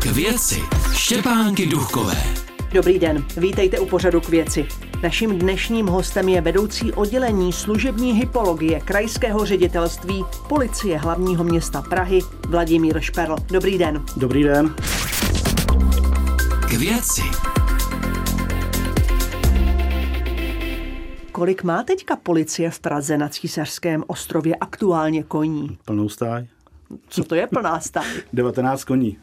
K věci Štěpánky Duchkové. Dobrý den, vítejte u pořadu K věci. Naším dnešním hostem je vedoucí oddělení služební hypologie Krajského ředitelství Policie hlavního města Prahy Vladimír Šperl. Dobrý den. Dobrý den. K věci. Kolik má teďka policie v Praze na Císařském ostrově aktuálně koní? Plnou stáj. Co to je plná stáj? 19 koní.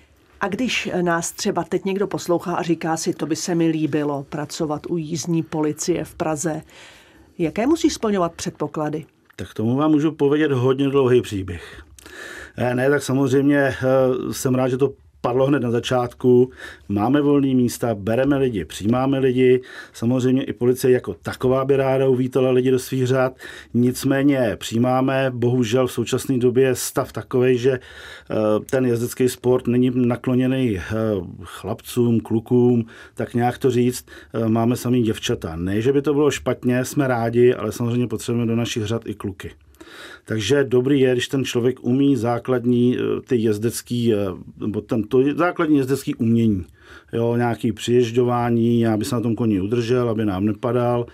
A když nás třeba teď někdo poslouchá a říká si, to by se mi líbilo pracovat u jízdní policie v Praze, jaké musí splňovat předpoklady? Tak tomu vám můžu povědět hodně dlouhý příběh. Ne, tak samozřejmě jsem rád, že to padlo hned na začátku. Máme volné místa, bereme lidi, přijímáme lidi. Samozřejmě i policie jako taková by ráda uvítala lidi do svých řad. Nicméně přijímáme, bohužel v současné době je stav takovej, že ten jezdecký sport není nakloněný chlapcům, klukům, tak nějak to říct. Máme samý děvčata. Ne, že by to bylo špatně, jsme rádi, ale samozřejmě potřebujeme do našich řad i kluky. Takže dobrý je, když ten člověk umí základní ty jezdecký, nebo to základní jezdecký umění. Jo, nějaký přiježďování, aby se na tom koni udržel, aby nám nepadal.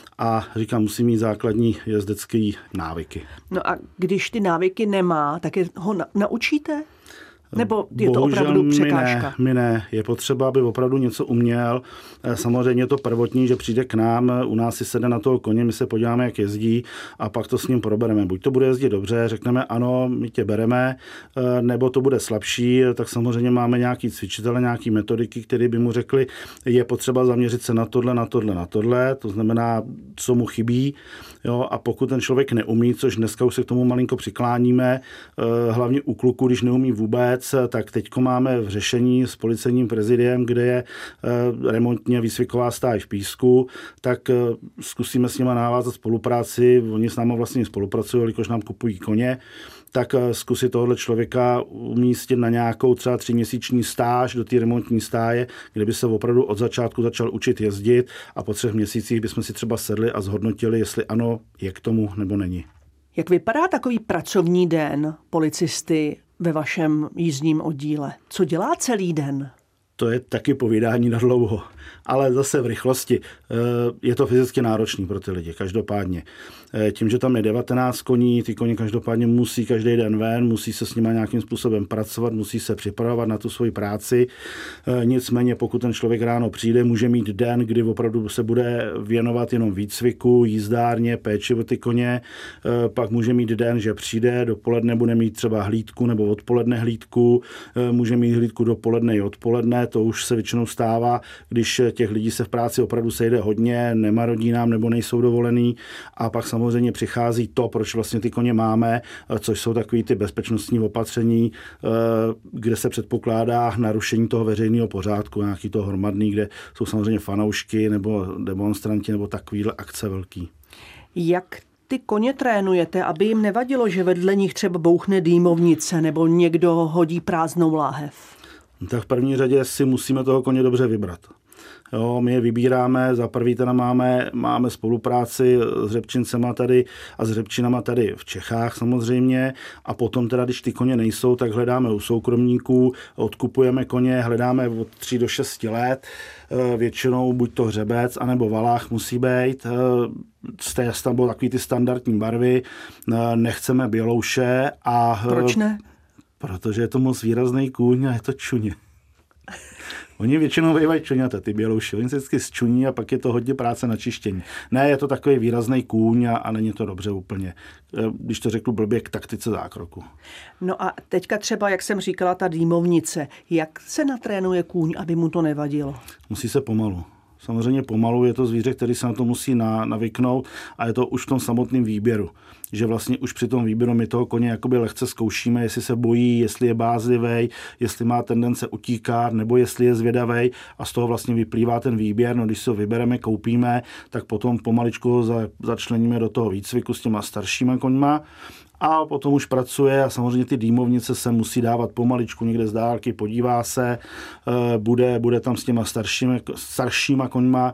A říkám, musí mít základní jezdecké návyky. No a když ty návyky nemá, tak je ho naučíte? Nebo je to opravdu překážka? My ne. Je potřeba, aby opravdu něco uměl. Samozřejmě je to prvotní, že přijde k nám, u nás si sedne na toho koně, my se podíváme, jak jezdí a pak to s ním probereme. Buď to bude jezdit dobře, řekneme ano, my tě bereme, nebo to bude slabší, tak samozřejmě máme nějaký cvičitele, nějaký metodiky, které by mu řekli, je potřeba zaměřit se na tohle, to znamená, co mu chybí. Jo, a pokud ten člověk neumí, což dneska už se k tomu malinko přikláníme, hlavně u kluků, když neumí vůbec, tak teďko máme v řešení s policejním prezidiem, kde je remontně výcviková stáj v Písku, tak zkusíme s nima navázat spolupráci. Oni s námi vlastně spolupracují, jelikož nám kupují koně, tak zkusit tohohle člověka umístit na nějakou třeba 3měsíční stáž do té remontní stáje, kde by se opravdu od začátku začal učit jezdit a po 3 měsících bychom si třeba sedli a zhodnotili, jestli ano, je k tomu nebo není. Jak vypadá takový pracovní den policisty ve vašem jízdním oddíle? Co dělá celý den? To je taky povídání na dlouho, ale zase v rychlosti. Je to fyzicky náročný pro ty lidi, každopádně. Tím, že tam je 19 koní, ty koně každopádně musí každý den ven, musí se s nimi nějakým způsobem pracovat, musí se připravovat na tu svoji práci. Nicméně, pokud ten člověk ráno přijde, může mít den, kdy opravdu se bude věnovat jenom výcviku, jízdárně, péči o ty koně. Pak může mít den, že přijde, dopoledne bude mít třeba hlídku nebo odpoledne hlídku, může mít hlídku dopoledne i odpoledne. To už se většinou stává, když těch lidí se v práci opravdu sejde hodně, nemarodí nám nebo nejsou dovolený a pak samozřejmě přichází to, proč vlastně ty koně máme, což jsou takový ty bezpečnostní opatření, kde se předpokládá narušení toho veřejného pořádku, nějaký to hromadný, kde jsou samozřejmě fanoušky nebo demonstranti nebo takovýhle akce velký. Jak ty koně trénujete, aby jim nevadilo, že vedle nich třeba bouchne dýmovnice nebo někdo hodí prázdnou láhev? Tak v první řadě si musíme toho koně dobře vybrat. Jo, my je vybíráme, za prvý teda máme spolupráci s hřebčincema tady a s hřebčinama tady v Čechách samozřejmě a potom teda, když ty koně nejsou, tak hledáme u soukromníků, odkupujeme koně, hledáme od 3 do 6 let, většinou buď to hřebec, anebo valách musí být, tam budou takový ty standardní barvy, nechceme bělouše a... Proč ne? Protože je to moc výrazný kůň a je to čuně. Oni většinou bývají čuňata, ty bělouši. Oni se vždycky zčuní a pak je to hodně práce na čištění. Ne, je to takový výrazný kůň a není to dobře úplně. Když to řeknu blbě, k taktice zákroku. No a teďka třeba, jak jsem říkala, ta dýmovnice. Jak se natrénuje kůň, aby mu to nevadilo? Musí se pomalu. Samozřejmě pomalu je to zvíře, který se na to musí navyknout a je to už v tom samotném výběru. Že vlastně už při tom výběru my toho koně jakoby lehce zkoušíme, jestli se bojí, jestli je bázlivý, jestli má tendence utíkat, nebo jestli je zvědavý a z toho vlastně vyplývá ten výběr. No, když si ho vybereme, koupíme, tak potom pomaličku ho začleníme do toho výcviku s těma staršíma koňma. A potom už pracuje a samozřejmě ty dýmovnice se musí dávat pomaličku někde z dálky, podívá se, bude tam s těma staršíma koňma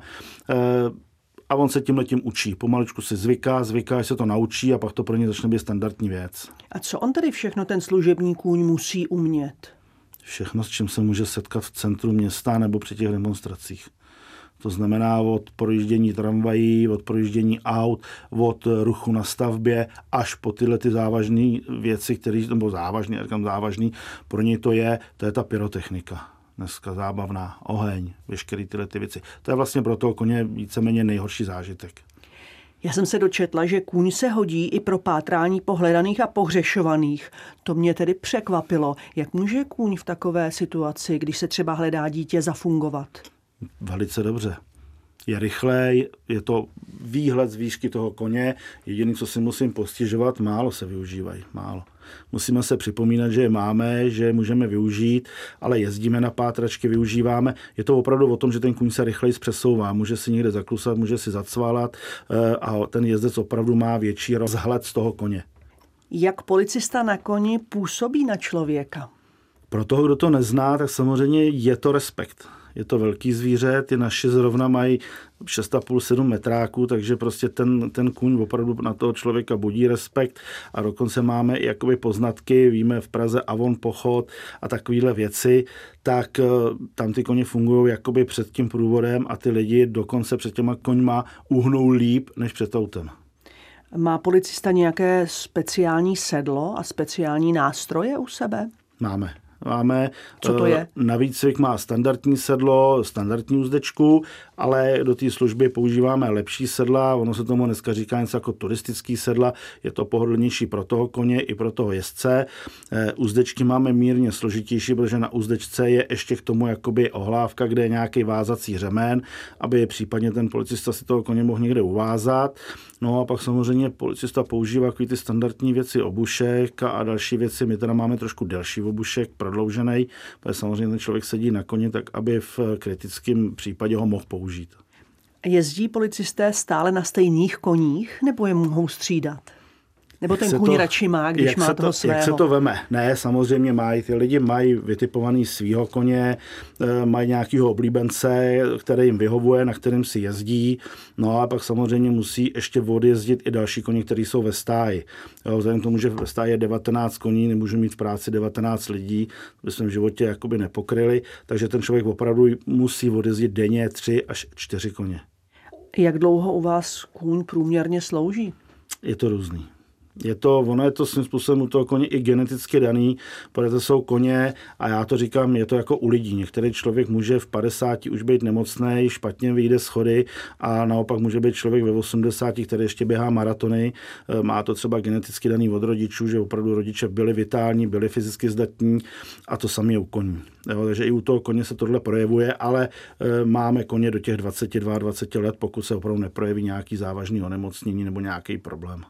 a on se tímhletím učí. Pomaličku si zvyká, až se to naučí a pak to pro ně začne být standardní věc. A co on tedy všechno ten služební kůň musí umět? Všechno, s čím se může setkat v centru města nebo při těch demonstracích. To znamená od projíždění tramvají, od projíždění aut, od ruchu na stavbě, až po tyhle ty závažné věci, nebo závažný, pro něj to je ta pyrotechnika. Dneska zábavná, oheň, veškeré tyhle ty věci. To je vlastně pro toho koně víceméně nejhorší zážitek. Já jsem se dočetla, že kůň se hodí i pro pátrání pohledaných a pohřešovaných. To mě tedy překvapilo. Jak může kůň v takové situaci, když se třeba hledá dítě, zafungovat? Velice dobře. Je rychlej, je to výhled z výšky toho koně. Jediné, co si musím postižovat, málo se využívají, málo. Musíme se připomínat, že je máme, že je můžeme využít, ale jezdíme na pátračky, využíváme. Je to opravdu o tom, že ten kůň se rychleji přesouvá, může si někde zaklusat, může si zacvalat a ten jezdec opravdu má větší rozhled z toho koně. Jak policista na koni působí na člověka? Pro toho, kdo to nezná, tak samozřejmě je to respekt. Je to velký zvíře, ty naši zrovna mají 6,5-7 metráků, takže prostě ten kůň opravdu na toho člověka budí respekt a dokonce máme i jakoby poznatky, víme v Praze Avon pochod a takovéhle věci, tak tam ty koně fungují jakoby před tím průvodem a ty lidi dokonce před těma koňma uhnou líp než před autem. Má policista nějaké speciální sedlo a speciální nástroje u sebe? Máme. Co to je? Na výcvik má standardní sedlo, standardní uzdečku, ale do té služby používáme lepší sedla. Ono se tomu dneska říká něco jako turistický sedla. Je to pohodlnější pro toho koně i pro toho jezdce. Uzdečky máme mírně složitější, protože na uzdečce je ještě k tomu jakoby ohlávka, kde je nějaký vázací řemen, aby případně ten policista si toho koně mohl někde uvázat. No a pak samozřejmě policista používá takový ty standardní věci, obušek a další věci. My teda máme trošku delší obušek, prodloužený, protože samozřejmě ten člověk sedí na koni, tak aby v kritickém případě ho mohl použít. Jezdí policisté stále na stejných koních, nebo je mohou střídat? Nebo ten kůň radši má, když má toho svého? Jak se to veme? Ne, samozřejmě mají. Ty lidi mají vytipovaný svýho koně, mají nějakýho oblíbence, který jim vyhovuje, na kterým si jezdí. No a pak samozřejmě musí ještě odjezdit i další koně, kteří jsou ve stáji. Vzhledem k tomu, že ve stáji je 19 koní, nemůžu mít v práci 19 lidí, to bychom v životě jakoby nepokryli, takže ten člověk opravdu musí odjezdit denně 3 až 4 koně. Jak dlouho u vás kůň průměrně slouží? Je to různý. Ono je to svým způsobem u toho koně i geneticky daný, protože to jsou koně a já to říkám, je to jako u lidí. Některý člověk může v 50 už být nemocnej, špatně vyjde schody a naopak může být člověk ve 80, který ještě běhá maratony. Má to třeba geneticky daný od rodičů, že opravdu rodiče byli vitální, byli fyzicky zdatní a to samé je u koní. Takže i u toho koně se tohle projevuje, ale máme koně do těch 22 let, pokud se opravdu neprojeví nějaký závažný onemocnění nebo nějaký problém.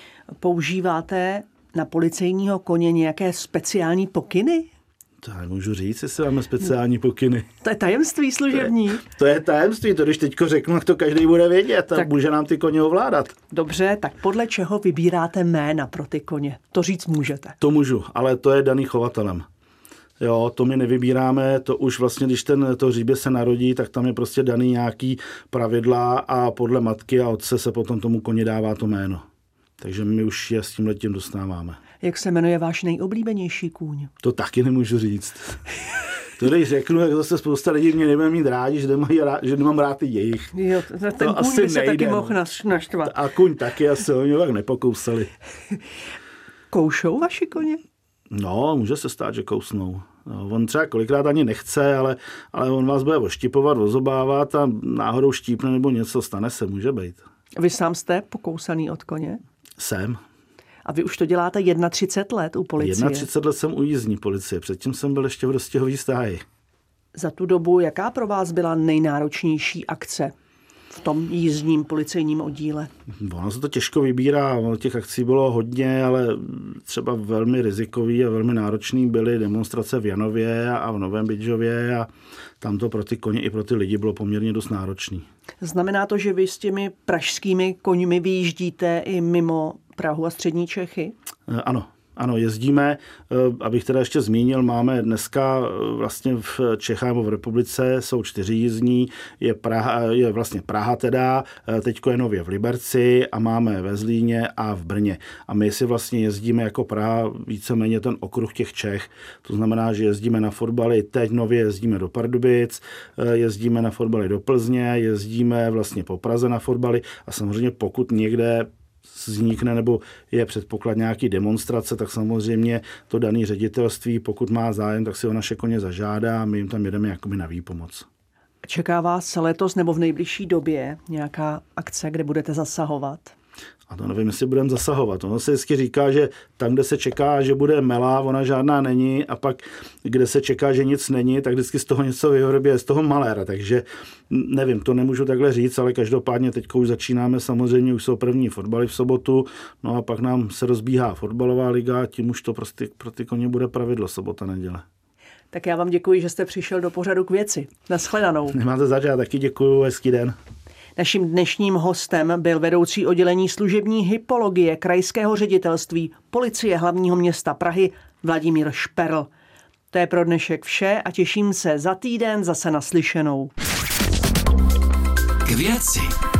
Používáte na policejního koně nějaké speciální pokyny? To nemůžu říct, jestli máme speciální pokyny. To je tajemství služební. To je tajemství, to když teďko řeknu, tak to každý bude vědět, tak může nám ty koně ovládat. Dobře, tak podle čeho vybíráte jména pro ty koně? To říct můžete. To můžu, ale to je daný chovatelem. Jo, to my nevybíráme, to už vlastně, když to hříbě se narodí, tak tam je prostě daný nějaký pravidla a podle matky a otce se potom tomu koni dává to jméno. Takže my už je s tímhletím dostáváme. Jak se jmenuje váš nejoblíbenější kůň? To taky nemůžu říct. To když řeknu, jak zase spousta lidí mě nebude mít rádi, že nemám rád ty jejich. Jo, ten kůň by se taky mohl naštvat. A kůň taky asi, oni ho tak nepokousali. Koušou vaši koně? No, může se stát, že kousnou. No, on třeba kolikrát ani nechce, ale on vás bude oštipovat, ozobávat a náhodou štípne nebo něco stane se, může být. Vy sám jste pokousaný od koně? Jsem. A vy už to děláte 31 let u policie? 31 let jsem u jízdní policie, předtím jsem byl ještě v roztěhový stáji. Za tu dobu, jaká pro vás byla nejnáročnější akce v tom jízdním policejním oddíle? Ono se to těžko vybírá, těch akcí bylo hodně, ale třeba velmi rizikový a velmi náročný byly demonstrace v Janově a v Novém Bydžově a tam to pro ty koně i pro ty lidi bylo poměrně dost náročný. Znamená to, že vy s těmi pražskými koňmi vyjíždíte i mimo Prahu a střední Čechy? Ano, jezdíme, abych teda ještě zmínil, máme dneska vlastně v Čechách nebo v republice jsou 4 jízdní, je vlastně Praha teda, teďko je nově v Liberci a máme ve Zlíně a v Brně. A my si vlastně jezdíme jako Praha víceméně ten okruh těch Čech. To znamená, že jezdíme na fotbaly, teď nově jezdíme do Pardubic, jezdíme na fotbaly do Plzně, jezdíme vlastně po Praze na fotbaly a samozřejmě pokud někde vznikne nebo je předpoklad nějaký demonstrace, tak samozřejmě to dané ředitelství, pokud má zájem, tak si o naše koně zažádá a my jim tam jedeme jakoby na výpomoc. Čeká vás letos nebo v nejbližší době nějaká akce, kde budete zasahovat? A to nevím, jestli budeme zasahovat. Ono se vždycky říká, že tam, kde se čeká, že bude mela, ona žádná není a pak, kde se čeká, že nic není, tak vždycky z toho něco vyrobí, z toho maléra. Takže nevím, to nemůžu takhle říct, ale každopádně teď už začínáme, samozřejmě už jsou první fotbaly v sobotu, no a pak nám se rozbíhá fotbalová liga a tím už to prostě pro ty koně bude pravidlo sobota, neděle. Tak já vám děkuji, že jste přišel do pořadu k věci. Nashledanou. Nemáte zač, já taky děkuju, hezký den. Naším dnešním hostem byl vedoucí oddělení služební hypologie Krajského ředitelství Policie hlavního města Prahy Vladimír Šperl. To je pro dnešek vše a těším se za týden zase naslyšenou. K věci.